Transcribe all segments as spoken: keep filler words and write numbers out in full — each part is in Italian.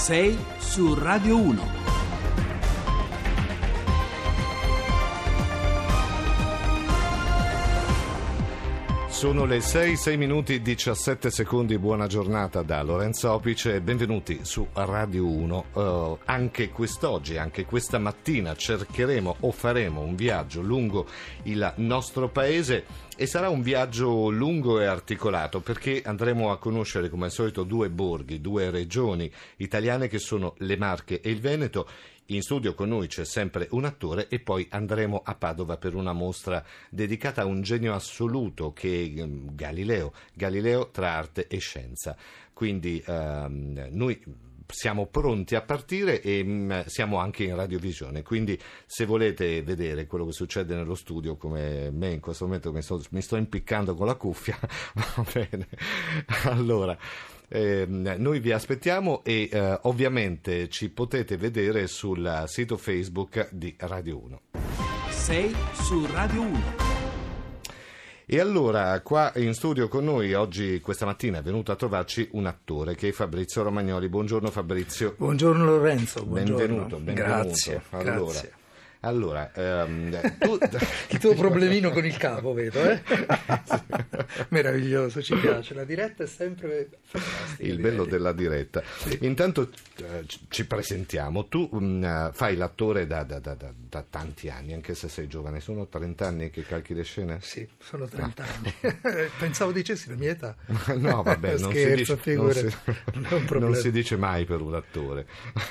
sei su Radio uno. Sono le sei, sei minuti e diciassette secondi, buona giornata da Lorenzo Opice e benvenuti su Radio uno. Uh, anche quest'oggi, anche questa mattina cercheremo o faremo un viaggio lungo il nostro paese e sarà un viaggio lungo e articolato perché andremo a conoscere come al solito due borghi, due regioni italiane che sono le Marche e il Veneto. In studio con noi c'è sempre un attore e poi andremo a Padova per una mostra dedicata a un genio assoluto che è Galileo, Galileo tra arte e scienza. Quindi ehm, noi siamo pronti a partire e mh, siamo anche in radiovisione, quindi se volete vedere quello che succede nello studio come me in questo momento mi sto, mi sto impiccando con la cuffia, va bene, allora... Eh, noi vi aspettiamo e eh, ovviamente ci potete vedere sul sito Facebook di Radio uno. sei su Radio uno. E allora qua in studio con noi oggi, questa mattina, è venuto a trovarci un attore che è Fabrizio Romagnoli. Buongiorno Fabrizio. Buongiorno Lorenzo. Buongiorno. Benvenuto, benvenuto. Grazie, allora, grazie. Allora, ehm, tu... il tuo problemino con il capo, vedo, eh? Meraviglioso, ci piace. La diretta è sempre fantastica. Il bello della diretta. Sì. Intanto eh, ci presentiamo. Tu mh, fai l'attore da, da, da, da, da tanti anni, anche se sei giovane. Sono trenta anni che calchi le scene? Sì, sono trenta anni. Pensavo dicessi la mia età. No, vabbè, non, Scherzo, si dice, non, si, non è un problema. Non si dice mai per un attore.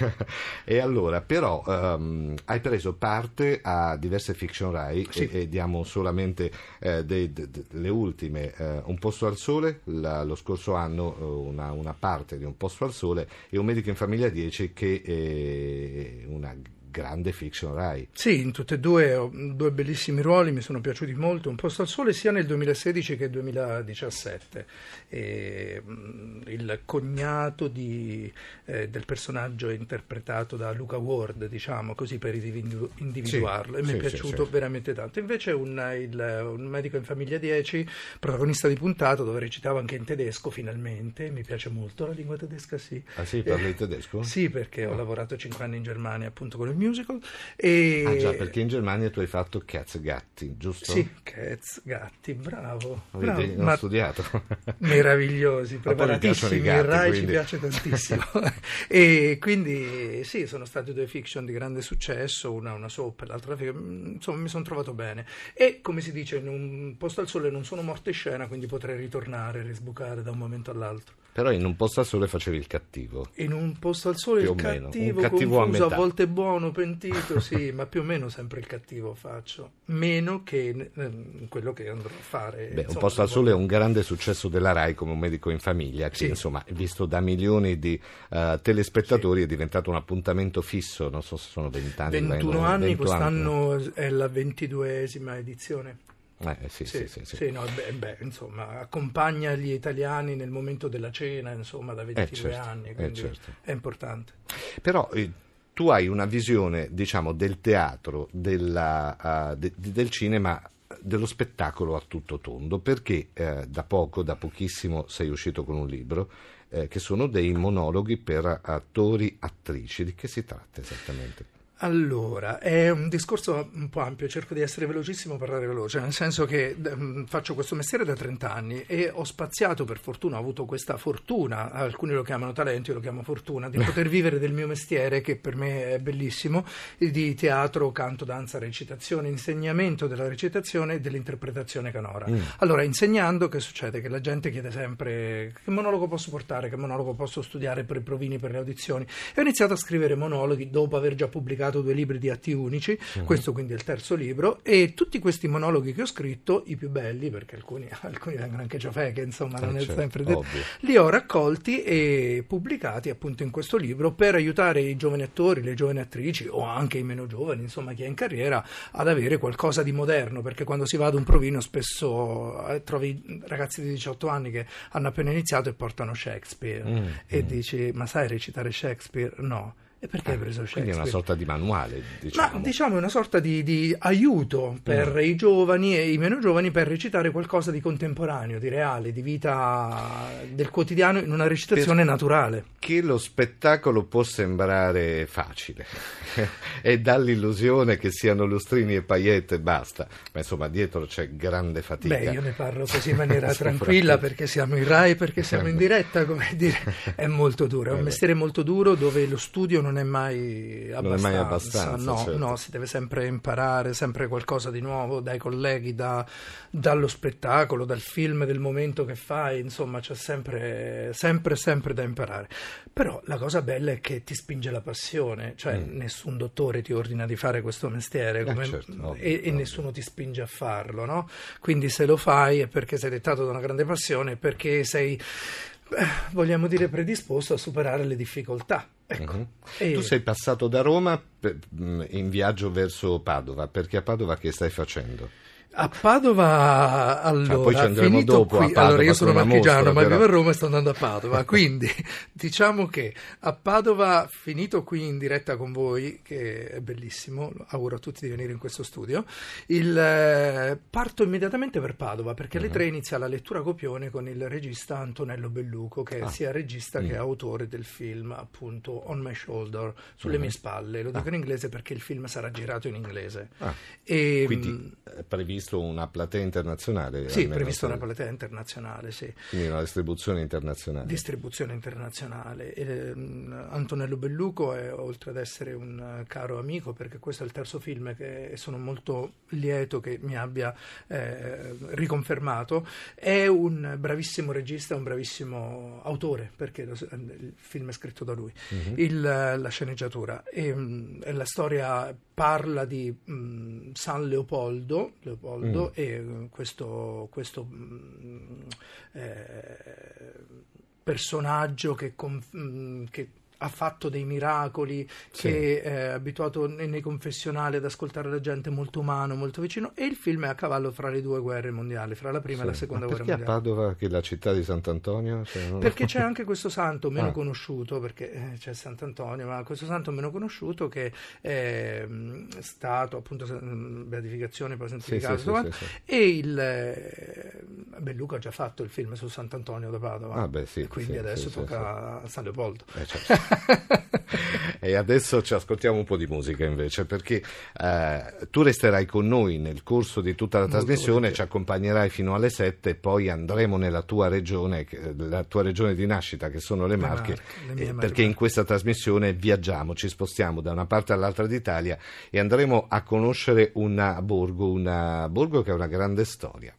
E allora, però, um, hai preso parte a diverse fiction Rai, sì. e, e diamo solamente eh, de, de, de, le ultime, eh, Un posto al sole, la, lo scorso anno una, una parte di Un posto al sole e Un medico in famiglia dieci che è una grande fiction Rai. Sì, in tutte e due ho due bellissimi ruoli, mi sono piaciuti molto. Un posto al sole sia nel duemilasedici che duemiladiciassette. E, mh, il cognato di, eh, del personaggio interpretato da Luca Ward, diciamo così per individu- individuarlo, sì, e mi sì, è piaciuto sì, veramente tanto. Invece un, il, un medico in famiglia dieci, protagonista di puntata, dove recitavo anche in tedesco finalmente, mi piace molto la lingua tedesca, sì. Ah sì, parli eh, tedesco? Sì, perché oh. ho lavorato cinque anni in Germania appunto con il musical. E... Ah già, perché in Germania tu hai fatto Cats Gatti, giusto? Sì, Cats Gatti, bravo. Vedi, bravo. Ho Ma... studiato. Meravigliosi, preparatissimi, il Rai quindi... ci piace tantissimo. E quindi sì, sono state due fiction di grande successo, una una soap e l'altra fiction. Insomma, mi sono trovato bene. E come si dice, in Un posto al sole non sono morto in scena, quindi potrei ritornare, risbucare da un momento all'altro. Però in Un posto al sole facevi il cattivo. In Un posto al sole più il cattivo, cattivo confuso, a, a volte buono, pentito, sì, ma più o meno sempre il cattivo faccio, meno che eh, quello che andrò a fare. Beh, insomma, Un posto al sole è un grande successo della Rai come Un medico in famiglia, che sì. insomma, visto da milioni di uh, telespettatori, sì. È diventato un appuntamento fisso, non so se sono vent'anni. ventuno anni, venti quest'anno anni. È la ventiduesima edizione. Eh, sì, sì, sì, sì, sì. sì no, beh, beh, insomma, accompagna gli italiani nel momento della cena, insomma, da ventidue eh, certo, anni, quindi eh, certo. È importante. Però eh, tu hai una visione, diciamo, del teatro, della, uh, de, del cinema, dello spettacolo a tutto tondo, perché eh, da poco, da pochissimo, sei uscito con un libro eh, che sono dei monologhi per attori, attrici. Di che si tratta esattamente? Allora, è un discorso un po' ampio, cerco di essere velocissimo, parlare veloce, nel senso che mh, faccio questo mestiere da trenta anni e ho spaziato, per fortuna, ho avuto questa fortuna, alcuni lo chiamano talento, io lo chiamo fortuna, di poter vivere del mio mestiere, che per me è bellissimo, di teatro, canto, danza, recitazione, insegnamento della recitazione e dell'interpretazione canora. Mm. Allora, insegnando, che succede? Che la gente chiede sempre che monologo posso portare, che monologo posso studiare per i provini, per le audizioni, e ho iniziato a scrivere monologhi dopo aver già pubblicato due libri di atti unici, uh-huh. Questo quindi è il terzo libro, e tutti questi monologhi che ho scritto, i più belli, perché alcuni, alcuni vengono anche ciofeche, insomma, non eh, è certo, sempre detto, li ho raccolti e pubblicati appunto in questo libro per aiutare i giovani attori, le giovani attrici o anche i meno giovani, insomma chi è in carriera, ad avere qualcosa di moderno, perché quando si va ad un provino spesso eh, trovi ragazzi di diciotto anni che hanno appena iniziato e portano Shakespeare mm, e mm. dici, ma sai recitare Shakespeare? No. E perché hai preso Shakespeare? Quindi è una sorta di manuale, diciamo. Ma diciamo è una sorta di, di aiuto per mm. i giovani e i meno giovani per recitare qualcosa di contemporaneo, di reale, di vita del quotidiano in una recitazione per naturale. Che lo spettacolo può sembrare facile e dà l'illusione che siano lustrini e paillette e basta, ma insomma dietro c'è grande fatica. Beh, io ne parlo così in maniera tranquilla perché siamo in Rai, perché siamo in diretta, come dire, è molto duro, è un mestiere molto duro dove lo studio non è mai abbastanza, non è mai abbastanza no, certo. no, si deve sempre imparare, sempre qualcosa di nuovo dai colleghi, da, dallo spettacolo, dal film del momento che fai, insomma c'è sempre, sempre, sempre da imparare. Però la cosa bella è che ti spinge la passione, cioè mm. nessun dottore ti ordina di fare questo mestiere come, eh, certo, ovvio, e, e nessuno ti spinge a farlo, no? Quindi se lo fai è perché sei dettato da una grande passione, perché sei, vogliamo dire, predisposto a superare le difficoltà. Ecco. Mm-hmm. E... Tu sei passato da Roma per, in viaggio verso Padova, perché a Padova che stai facendo? A Padova, allora, ah, poi ci andremo finito dopo qui, a Padova, allora io sono marchigiano, ma però... vivo a Roma e sto andando a Padova, quindi diciamo che a Padova, finito qui in diretta con voi, che è bellissimo, auguro a tutti di venire in questo studio, il, eh, parto immediatamente per Padova, perché alle uh-huh. tre inizia la lettura copione con il regista Antonello Belluco, che è ah. sia regista uh-huh. che autore del film, appunto, On My Shoulder, sulle uh-huh. mie spalle, lo dico ah. in inglese perché il film sarà girato in inglese. Ah. E, quindi è previsto una platea internazionale? Sì, previsto una platea internazionale, sì. Quindi una distribuzione internazionale. Distribuzione internazionale. E, um, Antonello Belluco è, oltre ad essere un uh, caro amico, perché questo è il terzo film che sono molto lieto che mi abbia eh, riconfermato, è un bravissimo regista, un bravissimo autore, perché lo, il film è scritto da lui, uh-huh. il, la sceneggiatura. E, um, e la storia parla di um, San Leopoldo, Leopoldo mm. e questo, questo mh, eh, personaggio che, con, che ha fatto dei miracoli, sì. che è abituato nei, nei confessionali ad ascoltare la gente, molto umano, molto vicino, e il film è a cavallo fra le due guerre mondiali, fra la prima sì. e la seconda Ma guerra mondiale. Perché a Padova, che è la città di Sant'Antonio? Cioè, non... Perché c'è anche questo santo meno ah. conosciuto, perché eh, c'è Sant'Antonio, ma questo santo meno conosciuto che è mh, stato appunto mh, beatificazione, poi santificato, sì, sì, sì, sì, sì. e il eh, Belluca ha già fatto il film su Sant'Antonio da Padova, ah, beh, sì, quindi sì, adesso sì, tocca sì. a San Leopoldo. Eh, certo. E adesso ci ascoltiamo un po' di musica invece, perché eh, tu resterai con noi nel corso di tutta la Molto trasmissione, volentieri. Ci accompagnerai fino alle sette e poi andremo nella tua regione, la tua regione di nascita, che sono le Marche, le Marche le eh, perché in questa trasmissione viaggiamo, ci spostiamo da una parte all'altra d'Italia e andremo a conoscere un borgo, un borgo che ha una grande storia.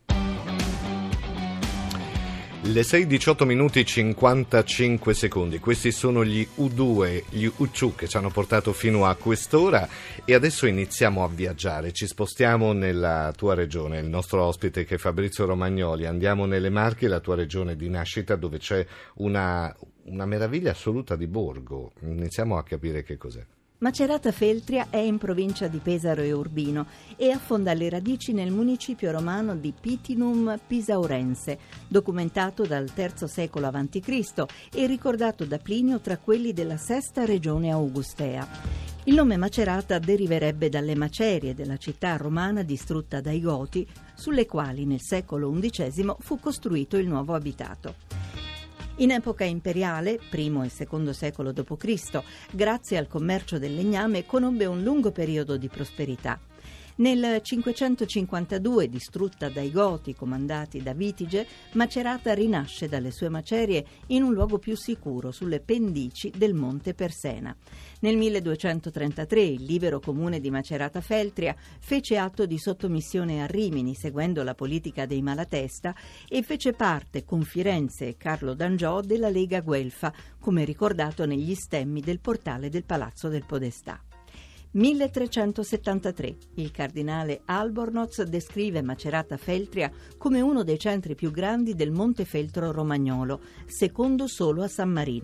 Le sei e diciotto minuti e cinquantacinque secondi, questi sono gli U due, gli U C U che ci hanno portato fino a quest'ora e adesso iniziamo a viaggiare, ci spostiamo nella tua regione, il nostro ospite che è Fabrizio Romagnoli, andiamo nelle Marche, la tua regione di nascita, dove c'è una, una meraviglia assoluta di borgo, iniziamo a capire che cos'è. Macerata Feltria è in provincia di Pesaro e Urbino e affonda le radici nel municipio romano di Pitinum Pisaurense, documentato dal terzo secolo avanti Cristo e ricordato da Plinio tra quelli della sesta regione augustea. Il nome Macerata deriverebbe dalle macerie della città romana distrutta dai Goti, sulle quali nel secolo undicesimo fu costruito il nuovo abitato. In epoca imperiale, primo e secondo secolo dopo Cristo, grazie al commercio del legname, conobbe un lungo periodo di prosperità. Nel cinquecentocinquantadue, distrutta dai Goti comandati da Vitige, Macerata rinasce dalle sue macerie in un luogo più sicuro, sulle pendici del Monte Persena. Nel milleduecentotrentatré il libero comune di Macerata Feltria fece atto di sottomissione a Rimini, seguendo la politica dei Malatesta, e fece parte, con Firenze e Carlo d'Angiò, della Lega Guelfa, come ricordato negli stemmi del portale del Palazzo del Podestà. milletrecentosettantatré. Il cardinale Albornoz descrive Macerata Feltria come uno dei centri più grandi del Montefeltro romagnolo, secondo solo a San Marino.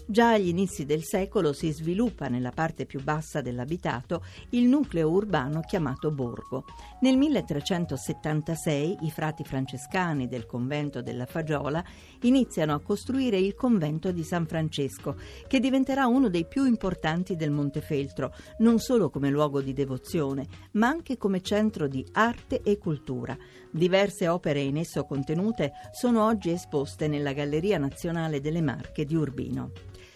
Già agli inizi del secolo si sviluppa nella parte più bassa dell'abitato il nucleo urbano chiamato borgo. Nel milletrecentosettantasei i frati francescani del convento della Fagiola iniziano a costruire il convento di San Francesco, che diventerà uno dei più importanti del Montefeltro, non solo come luogo di devozione, ma anche come centro di arte e cultura. Diverse opere in esso contenute sono oggi esposte nella Galleria Nazionale delle Marche di Urbino.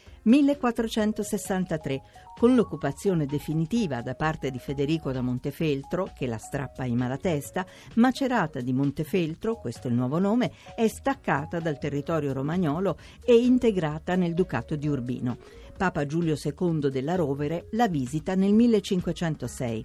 millequattrocentosessantatré, con l'occupazione definitiva da parte di Federico da Montefeltro, che la strappa in Malatesta, Macerata di Montefeltro, questo è il nuovo nome, è staccata dal territorio romagnolo e integrata nel Ducato di Urbino. Papa Giulio secondo della Rovere la visita nel millecinquecentosei.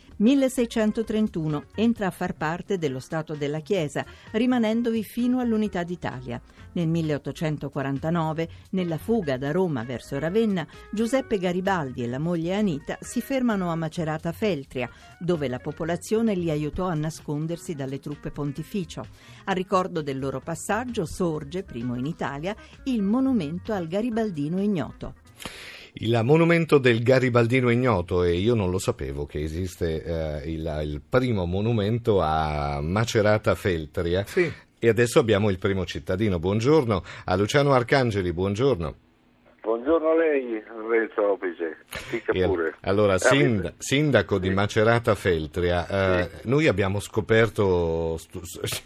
milleseicentotrentuno entra a far parte dello Stato della Chiesa, rimanendovi fino all'Unità d'Italia. Nel milleottocentoquarantanove, nella fuga da Roma verso Ravenna, Giuseppe Garibaldi e la moglie Anita si fermano a Macerata Feltria, dove la popolazione li aiutò a nascondersi dalle truppe pontificio. A ricordo del loro passaggio sorge, primo in Italia, il monumento al garibaldino ignoto. Il monumento del garibaldino ignoto, e io non lo sapevo che esiste eh, il, il primo monumento a Macerata Feltria. Sì. E adesso abbiamo il primo cittadino. Buongiorno a Luciano Arcangeli, buongiorno. Buongiorno a lei, Lorenzo Opice. Dica pure. Allora, sind- sindaco di Macerata Feltria, eh, sì. Noi abbiamo scoperto, stu-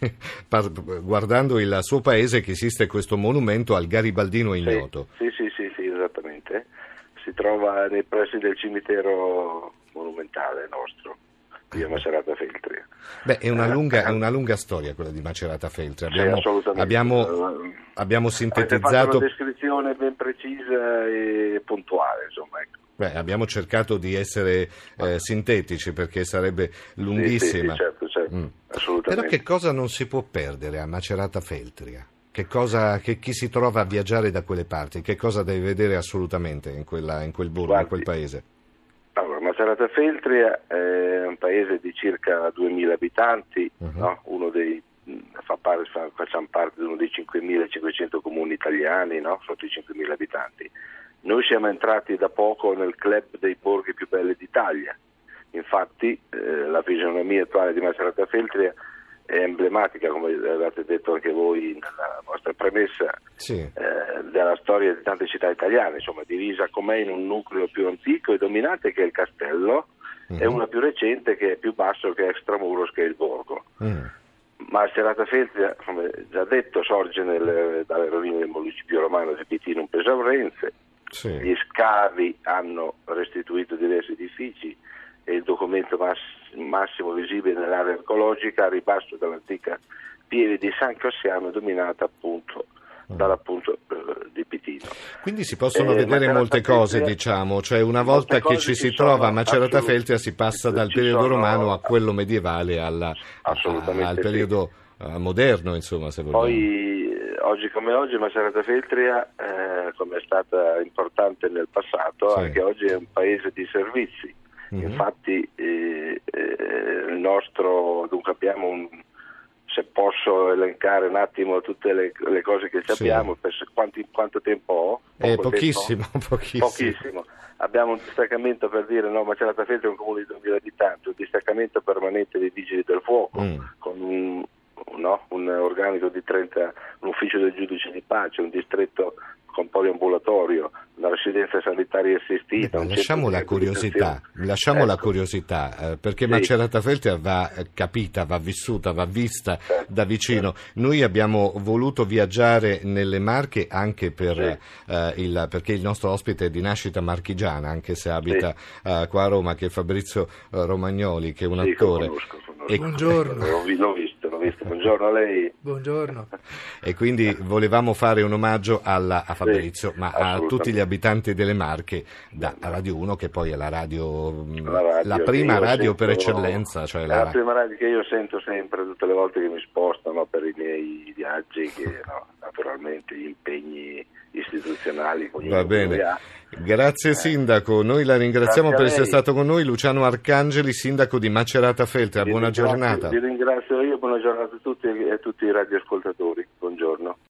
guardando il suo paese, che esiste questo monumento al garibaldino ignoto. Sì, sì, sì, sì, esattamente. Si trova nei pressi del cimitero monumentale nostro, qui a Macerata Feltria. Beh, è una lunga, è una lunga storia quella di Macerata Feltria. Abbiamo, sì, abbiamo, abbiamo sintetizzato. Avete fatto una descrizione ben precisa e puntuale, insomma. Ecco. Beh, abbiamo cercato di essere eh, sintetici, perché sarebbe lunghissima. Sì, sì, sì, certo, certo. Mm. Assolutamente. Però che cosa non si può perdere a Macerata Feltria? Che cosa, che chi si trova a viaggiare da quelle parti, che cosa deve vedere assolutamente in, quella, in quel borgo, in quel paese? Allora, Macerata Feltria è un paese di circa duemila abitanti, uh-huh. no? Uno dei, fa parte, fa, facciamo parte di uno dei cinquemilacinquecento comuni italiani, no? Sotto i cinquemila abitanti. Noi siamo entrati da poco nel club dei borghi più belli d'Italia. Infatti eh, la fisionomia attuale di Macerata Feltria è emblematica, come avete detto anche voi nella vostra premessa, sì. eh, della storia di tante città italiane, insomma, divisa com'è in un nucleo più antico e dominante, che è il castello, mm-hmm. e una più recente, che è più basso, che è Extramuros, che è il borgo. Mm. Macerata Feltria, come già detto, sorge nel, dalle rovine del municipio romano di Pitinum Pesaurense. Sì. Gli scavi hanno restituito diversi edifici e il documento mass- massimo visibile nell'area archeologica, a ribasso dall'antica pieve di San Cassiano, dominata appunto mm. dall'appunto eh, di Pitino. Quindi si possono eh, vedere molte cose, diciamo, cioè una volta che ci si trova a Macerata Feltria si passa dal periodo sono, romano a quello medievale alla, a, al periodo sì. uh, moderno, insomma, se vogliamo. Poi oggi come oggi Macerata Feltria, eh, come è stata importante nel passato, sì. anche oggi è un paese di servizi. Mm-hmm. Infatti eh, eh, il nostro, dunque abbiamo un, se posso elencare un attimo tutte le, le cose che abbiamo, sì. per quanti, quanto tempo ho? Eh, pochissimo, tempo? pochissimo. Pochissimo. Abbiamo un distaccamento, per dire, no, Macerata Feltria è un comune di duemila abitanti, un distaccamento permanente dei vigili del fuoco, mm. con un, no, un organico di trenta, un ufficio del giudice di pace, un distretto con poliambulatorio, una residenza sanitaria assistita. Beh, lasciamo la curiosità, lasciamo ecco. la curiosità eh, perché sì. Macerata Feltria va capita, va vissuta, va vista certo, da vicino. Certo. Noi abbiamo voluto viaggiare nelle Marche anche per, sì. eh, il, perché il nostro ospite è di nascita marchigiana, anche se abita sì. eh, qua a Roma, che è Fabrizio eh, Romagnoli, che è un sì, attore. Conosco, conosco. E... Buongiorno. L'ho visto, l'ho visto. Buongiorno a lei. Buongiorno. E quindi volevamo fare un omaggio alla, a Fabrizio, sì, ma a tutti gli abitanti delle Marche, da Radio uno, che poi è la radio, la, radio, la prima radio sento, per eccellenza. Cioè è la... la prima radio che io sento sempre, tutte le volte che mi sposto, no, per i miei viaggi, che no, naturalmente gli impegni istituzionali. Va bene. Grazie Sindaco, noi la ringraziamo per essere stato con noi. Luciano Arcangeli, Sindaco di Macerata Feltria, buona giornata. Vi ringrazio io, buona giornata a tutti e a tutti i radioascoltatori, buongiorno.